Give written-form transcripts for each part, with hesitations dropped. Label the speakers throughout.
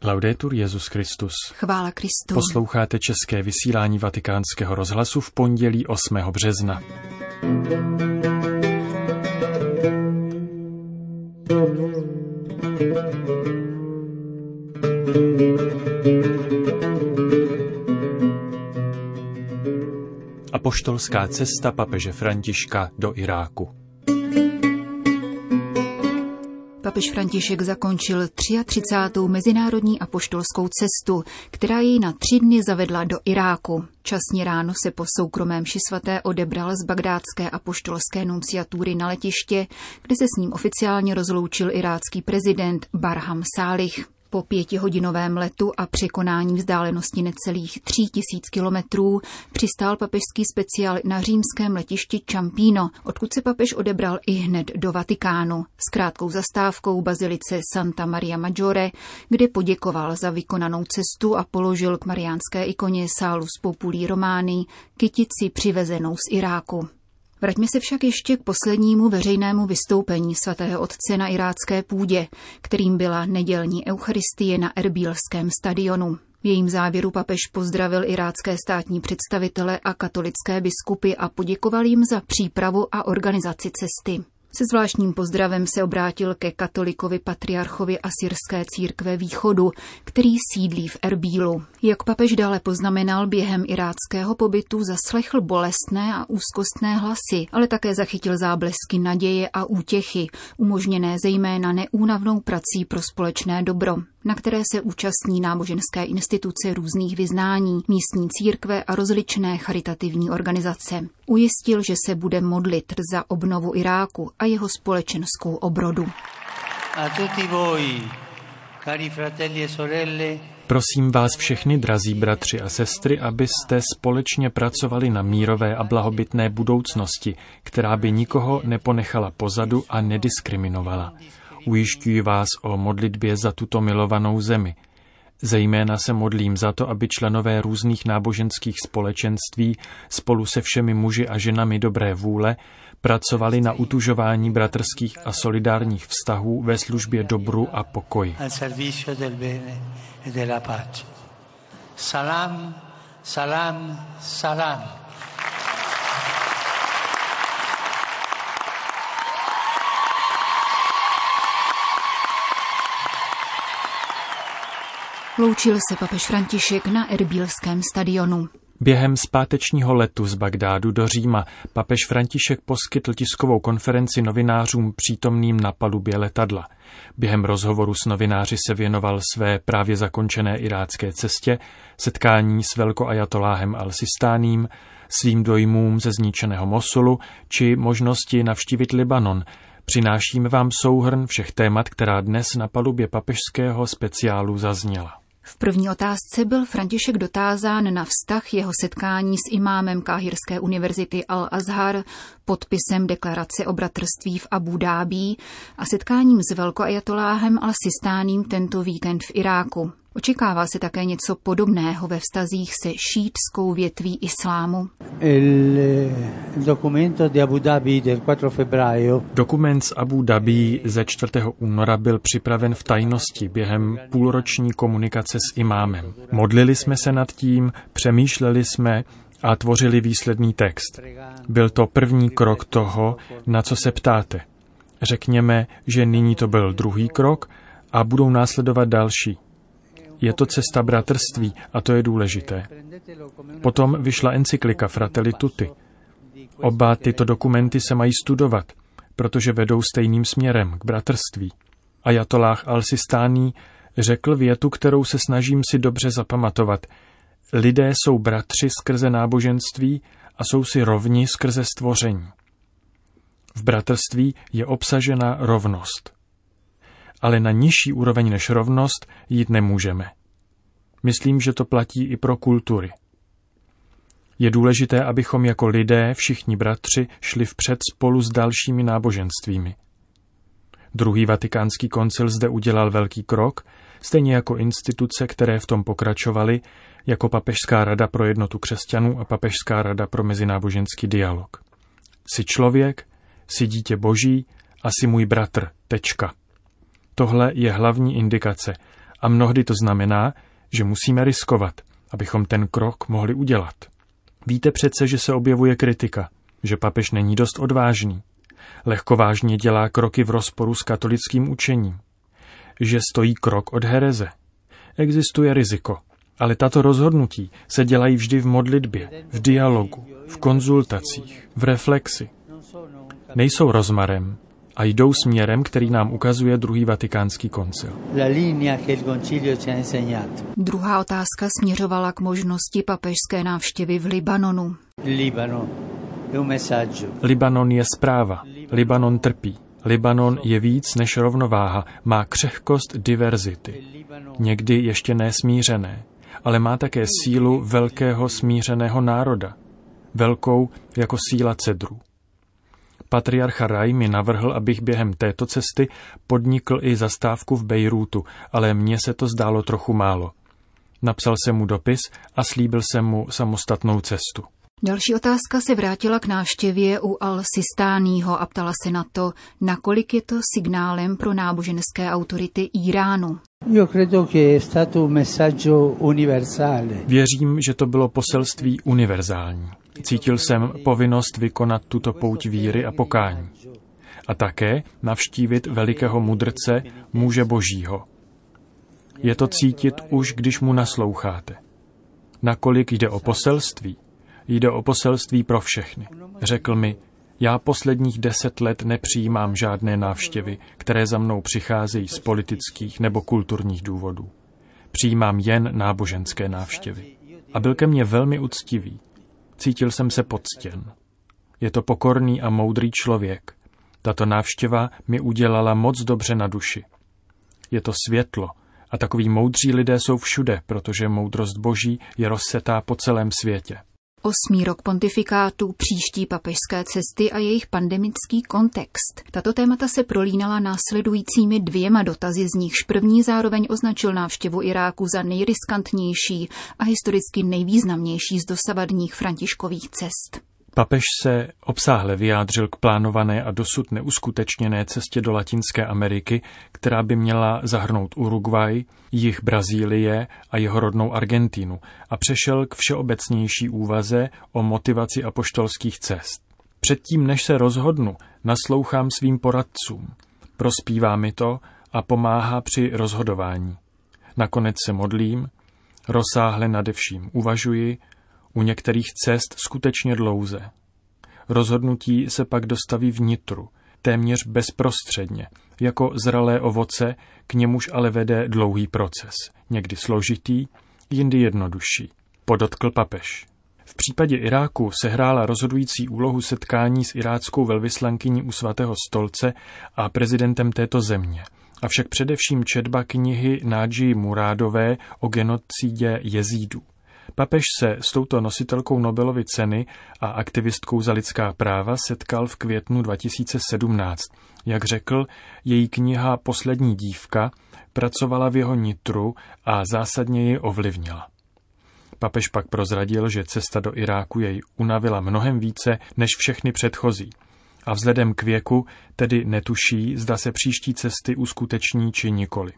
Speaker 1: Laudetur Jesus Christus.
Speaker 2: Chvála Kristu.
Speaker 1: Posloucháte české vysílání Vatikánského rozhlasu v pondělí 8. března. Apoštolská cesta papeže Františka do Iráku.
Speaker 2: Papež František zakončil 33. mezinárodní apoštolskou cestu, která jej na 3 dny zavedla do Iráku. Časně ráno se po soukromém mši svaté odebral z bagdátské apoštolské nunciatury na letiště, kde se s ním oficiálně rozloučil irácký prezident Barham Sálih. Po 5hodinovém letu a překonání vzdálenosti necelých 3000 kilometrů přistál papežský speciál na římském letišti Ciampino, odkud se papež odebral i hned do Vatikánu s krátkou zastávkou bazilice Santa Maria Maggiore, kde poděkoval za vykonanou cestu a položil k mariánské ikoně Salus Populi Romani kytici přivezenou z Iráku. Vraťme se však ještě k poslednímu veřejnému vystoupení svatého otce na irácké půdě, kterým byla nedělní eucharistie na Erbílském stadionu. V jejím závěru papež pozdravil irácké státní představitele a katolické biskupy a poděkoval jim za přípravu a organizaci cesty. Se zvláštním pozdravem se obrátil ke katolikovi patriarchovi asyrské církve Východu, který sídlí v Erbílu. Jak papež dále poznamenal, během iráckého pobytu zaslechl bolestné a úzkostné hlasy, ale také zachytil záblesky naděje a útěchy, umožněné zejména neúnavnou prací pro společné dobro, na které se účastní náboženské instituce různých vyznání, místní církve a rozličné charitativní organizace. Ujistil, že se bude modlit za obnovu Iráku a jeho společenskou obrodu.
Speaker 1: Prosím vás všechny, drazí bratři a sestry, abyste společně pracovali na mírové a blahobytné budoucnosti, která by nikoho neponechala pozadu a nediskriminovala. Ujišťuji vás o modlitbě za tuto milovanou zemi. Zejména se modlím za to, aby členové různých náboženských společenství spolu se všemi muži a ženami dobré vůle pracovali na utužování bratrských a solidárních vztahů ve službě dobru a pokoji. Salam, salam, salam.
Speaker 2: Loučil se papež František na Erbílském stadionu.
Speaker 1: Během zpátečního letu z Bagdádu do Říma papež František poskytl tiskovou konferenci novinářům přítomným na palubě letadla. Během rozhovoru s novináři se věnoval své právě zakončené irácké cestě, setkání s velkoajatoláhem al-Sistáním, svým dojmům ze zničeného Mosulu či možnosti navštívit Libanon. Přinášíme vám souhrn všech témat, která dnes na palubě papežského speciálu zazněla.
Speaker 2: V první otázce byl František dotázán na vztah jeho setkání s imámem Káhirské univerzity Al-Azhar, podpisem deklarace o bratrství v Abu Dhabí a setkáním s velkoajatoláhem al-Sistáním tento víkend v Iráku. Očekává se také něco podobného ve vztazích se šíitskou větví islámu.
Speaker 1: Dokument z Abu Dhabí ze 4. února byl připraven v tajnosti během půlroční komunikace s imámem. Modlili jsme se nad tím, přemýšleli jsme a tvořili výsledný text. Byl to první krok toho, na co se ptáte. Řekněme, že nyní to byl druhý krok a budou následovat další. Je to cesta bratrství a to je důležité. Potom vyšla encyklika Fratelli Tutti. Oba tyto dokumenty se mají studovat, protože vedou stejným směrem k bratrství. Ajatolláh al-Sistání řekl větu, kterou se snažím si dobře zapamatovat. Lidé jsou bratři skrze náboženství a jsou si rovni skrze stvoření. V bratrství je obsažena rovnost. Ale na nižší úroveň než rovnost jít nemůžeme. Myslím, že to platí i pro kultury. Je důležité, abychom jako lidé, všichni bratři, šli vpřed spolu s dalšími náboženstvími. Druhý vatikánský koncil zde udělal velký krok, stejně jako instituce, které v tom pokračovaly, jako Papežská rada pro jednotu křesťanů a Papežská rada pro mezináboženský dialog. Jsi člověk, jsi dítě Boží a jsi můj bratr. Tečka. Tohle je hlavní indikace A mnohdy to znamená, že musíme riskovat, abychom ten krok mohli udělat. Víte přece, že se objevuje kritika, že papež není dost odvážný. Lehkovážně dělá kroky v rozporu s katolickým učením. Že stojí krok od hereze. Existuje riziko, ale tato rozhodnutí se dělají vždy v modlitbě, v dialogu, v konzultacích, v reflexi. Nejsou rozmarem a jdou směrem, který nám ukazuje druhý vatikánský koncil.
Speaker 2: Druhá otázka směřovala k možnosti papežské návštěvy v Libanonu.
Speaker 1: Libanon je zpráva. Libanon trpí. Libanon je víc než rovnováha, má křehkost diverzity. Někdy ještě nesmířené, ale má také sílu velkého smířeného národa. Velkou jako síla cedru. Patriarcha Raj mi navrhl, abych během této cesty podnikl i zastávku v Bejrútu, ale mně se to zdálo trochu málo. Napsal jsem mu dopis a slíbil jsem mu samostatnou cestu.
Speaker 2: Další otázka se vrátila k návštěvě u Al-Sistáního a ptala se na to, nakolik je to signálem pro náboženské autority Iránu.
Speaker 1: Věřím, že to bylo poselství univerzální. Cítil jsem povinnost vykonat tuto pouť víry a pokání. A také navštívit velikého mudrce, muže božího. Je to cítit už, když mu nasloucháte. Nakolik jde o poselství? Jde o poselství pro všechny. Řekl mi, já posledních 10 let nepřijímám žádné návštěvy, které za mnou přicházejí z politických nebo kulturních důvodů. Přijímám jen náboženské návštěvy. A byl ke mně velmi uctivý. Cítil jsem se poctěn. Je to pokorný a moudrý člověk. Tato návštěva mi udělala moc dobře na duši. Je to světlo a takoví moudří lidé jsou všude, protože moudrost Boží je rozsetá po celém světě.
Speaker 2: 8. rok pontifikátu, příští papežské cesty a jejich pandemický kontext. Tato témata se prolínala následujícími 2 dotazy, z nichž první zároveň označil návštěvu Iráku za nejriskantnější a historicky nejvýznamnější z dosavadních Františkových cest.
Speaker 1: Papež se obsáhle vyjádřil k plánované a dosud neuskutečněné cestě do Latinské Ameriky, která by měla zahrnout Uruguay, jih Brazílie a jeho rodnou Argentínu a přešel k všeobecnější úvaze o motivaci apoštolských cest. Předtím, než se rozhodnu, naslouchám svým poradcům. Prospívá mi to a pomáhá při rozhodování. Nakonec se modlím, rozsáhle nade vším uvažuji, u některých cest skutečně dlouze. Rozhodnutí se pak dostaví vnitru, téměř bezprostředně, jako zralé ovoce, k němuž ale vede dlouhý proces, někdy složitý, jindy jednodušší, podotkl papež. V případě Iráku sehrála rozhodující úlohu setkání s iráckou velvyslankyní u Svatého stolce a prezidentem této země, avšak především četba knihy Nádži Murádové o genocidě Jezídů. Papež se s touto nositelkou Nobelovy ceny a aktivistkou za lidská práva setkal v květnu 2017. Jak řekl, její kniha Poslední dívka pracovala v jeho nitru a zásadně ji ovlivnila. Papež pak prozradil, že cesta do Iráku jej unavila mnohem více než všechny předchozí. A vzhledem k věku tedy netuší, zda se příští cesty uskuteční či nikoli.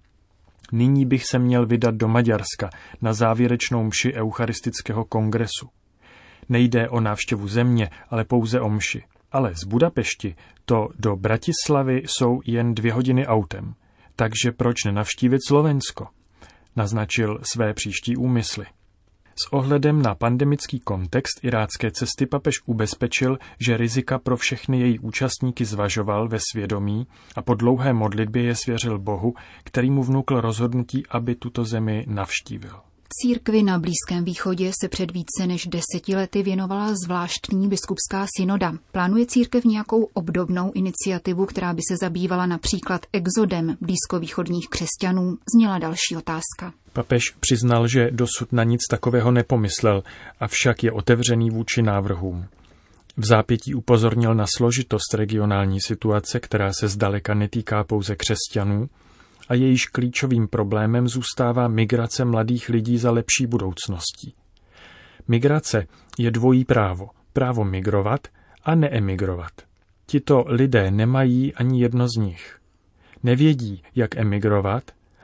Speaker 1: Nyní bych se měl vydat do Maďarska na závěrečnou mši Eucharistického kongresu. Nejde o návštěvu země, ale pouze o mši. Ale z Budapešti to do Bratislavy jsou jen 2 hodiny autem. Takže proč nenavštívit Slovensko? Naznačil své příští úmysly. S ohledem na pandemický kontext irácké cesty papež ubezpečil, že rizika pro všechny její účastníky zvažoval ve svědomí a po dlouhé modlitbě je svěřil Bohu, který mu vnukl rozhodnutí, aby tuto zemi navštívil.
Speaker 2: Církvi na Blízkém východě se před více než 10 lety věnovala zvláštní biskupská synoda. Plánuje církev nějakou obdobnou iniciativu, která by se zabývala například exodem blízkovýchodních křesťanů, zněla další otázka.
Speaker 1: Papež přiznal, že dosud na nic takového nepomyslel, avšak je otevřený vůči návrhům. V zápětí upozornil na složitost regionální situace, která se zdaleka netýká pouze křesťanů, a jejíž klíčovým problémem zůstává migrace mladých lidí za lepší budoucností. Migrace je dvojí právo. Právo migrovat a neemigrovat. Tito lidé nemají ani jedno z nich. Nevědí, jak emigrovat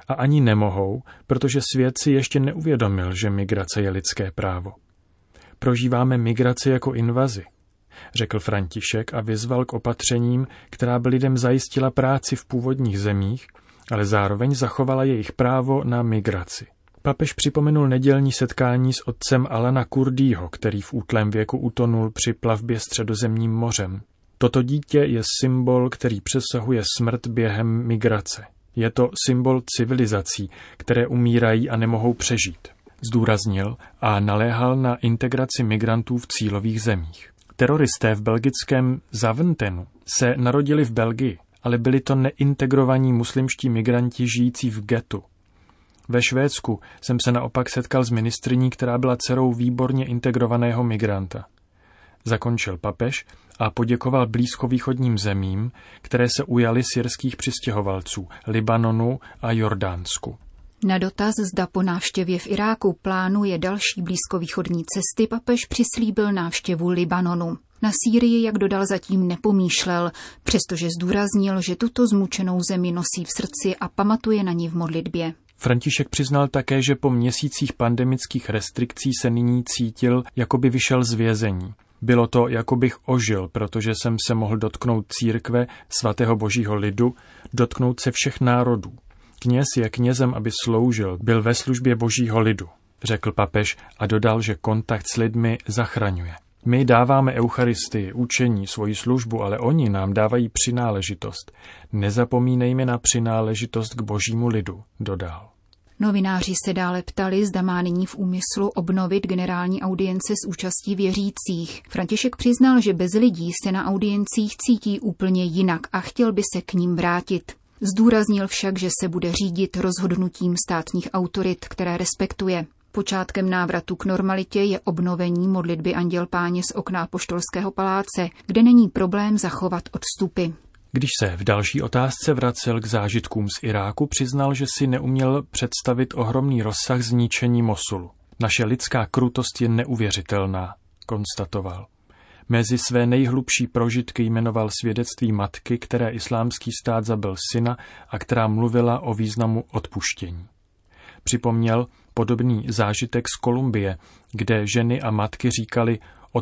Speaker 1: A ani nemohou, protože svět si ještě neuvědomil, že migrace je lidské právo. Prožíváme migraci jako invazi, řekl František a vyzval k opatřením, která by lidem zajistila práci v původních zemích, ale zároveň zachovala jejich právo na migraci. Papež připomenul nedělní setkání s otcem Alana Kurdího, který v útlém věku utonul při plavbě Středozemním mořem. Toto dítě je symbol, který přesahuje smrt během migrace. Je to symbol civilizací, které umírají a nemohou přežít. Zdůraznil a naléhal na integraci migrantů v cílových zemích. Teroristé v belgickém Zaventenu se narodili v Belgii, ale byli to neintegrovaní muslimští migranti žijící v ghettu. Ve Švédsku jsem se naopak setkal s ministryní, která byla dcerou výborně integrovaného migranta. Zakončil papež a poděkoval blízkovýchodním zemím, které se ujaly syrských přistěhovalců, Libanonu a Jordánsku.
Speaker 2: Na dotaz, zda po návštěvě v Iráku plánuje další blízkovýchodní cesty, papež přislíbil návštěvu Libanonu. Na Sýrii, jak dodal, zatím nepomýšlel, přestože zdůraznil, že tuto zmučenou zemi nosí v srdci a pamatuje na ní v modlitbě.
Speaker 1: František přiznal také, že po měsících pandemických restrikcí se nyní cítil, jako by vyšel z vězení. Bylo to, jako bych ožil, protože jsem se mohl dotknout církve, svatého božího lidu, dotknout se všech národů. Kněz je knězem, aby sloužil, byl ve službě božího lidu, řekl papež a dodal, že kontakt s lidmi zachraňuje. My dáváme eucharistii, učení, svoji službu, ale oni nám dávají přináležitost. Nezapomínejme na přináležitost k božímu lidu, dodal.
Speaker 2: Novináři se dále ptali, zda má nyní v úmyslu obnovit generální audience s účastí věřících. František přiznal, že bez lidí se na audiencích cítí úplně jinak a chtěl by se k ním vrátit. Zdůraznil však, že se bude řídit rozhodnutím státních autorit, které respektuje. Počátkem návratu k normalitě je obnovení modlitby Anděl Páně z okna Apoštolského paláce, kde není problém zachovat odstupy.
Speaker 1: Když se v další otázce vracel k zážitkům z Iráku, přiznal, že si neuměl představit ohromný rozsah zničení Mosulu. Naše lidská krutost je neuvěřitelná, konstatoval. Mezi své nejhlubší prožitky jmenoval svědectví matky, které islámský stát zabil syna a která mluvila o významu odpuštění. Připomněl podobný zážitek z Kolumbie, kde ženy a matky říkali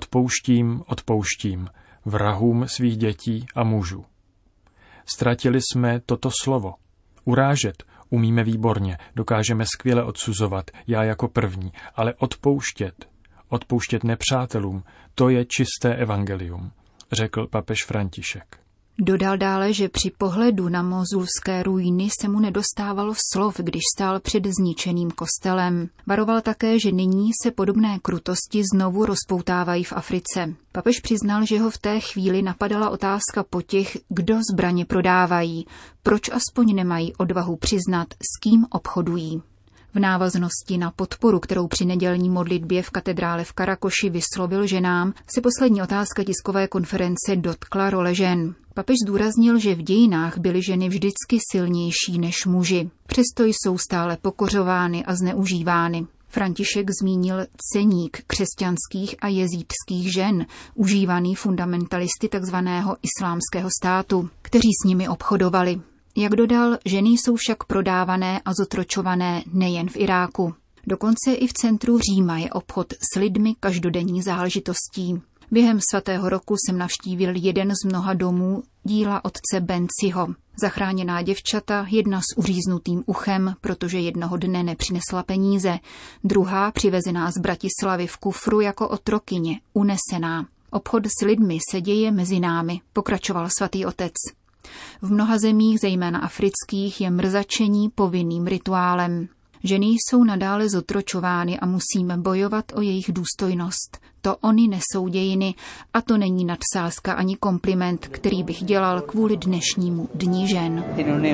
Speaker 1: odpouštím vrahům svých dětí a mužů. Ztratili jsme toto slovo. Urážet umíme výborně, dokážeme skvěle odsuzovat, já jako první, ale odpouštět nepřátelům, to je čisté evangelium, řekl papež František.
Speaker 2: Dodal dále, že při pohledu na mosulské ruiny se mu nedostávalo slov, když stál před zničeným kostelem. Varoval také, že nyní se podobné krutosti znovu rozpoutávají v Africe. Papež přiznal, že ho v té chvíli napadala otázka po těch, kdo zbraně prodávají, proč aspoň nemají odvahu přiznat, s kým obchodují. V návaznosti na podporu, kterou při nedělní modlitbě v katedrále v Karakoši vyslovil ženám, se poslední otázka tiskové konference dotkla role žen. Papež zdůraznil, že v dějinách byly ženy vždycky silnější než muži. Přesto jsou stále pokořovány a zneužívány. František zmínil ceník křesťanských a jezídských žen, užívaný fundamentalisty tzv. Islámského státu, kteří s nimi obchodovali. Jak dodal, ženy jsou však prodávané a zotročované nejen v Iráku. Dokonce i v centru Říma je obchod s lidmi každodenní záležitostí. Během svatého roku jsem navštívil jeden z mnoha domů díla otce Benciho. Zachráněná děvčata, jedna s uříznutým uchem, protože jednoho dne nepřinesla peníze, druhá přivezená z Bratislavy v kufru jako otrokyně, unesená. Obchod s lidmi se děje mezi námi, pokračoval svatý otec. V mnoha zemích, zejména afrických, je mrzačení povinným rituálem. Ženy jsou nadále zotročovány a musíme bojovat o jejich důstojnost. To oni nesou dějiny a to není nadsázka ani kompliment, který bych dělal kvůli dnešnímu dni žen.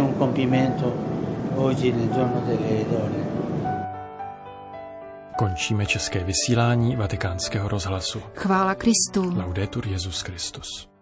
Speaker 1: Končíme české vysílání Vatikánského rozhlasu.
Speaker 2: Chvála Kristu.
Speaker 1: Laudetur Jesus Christus.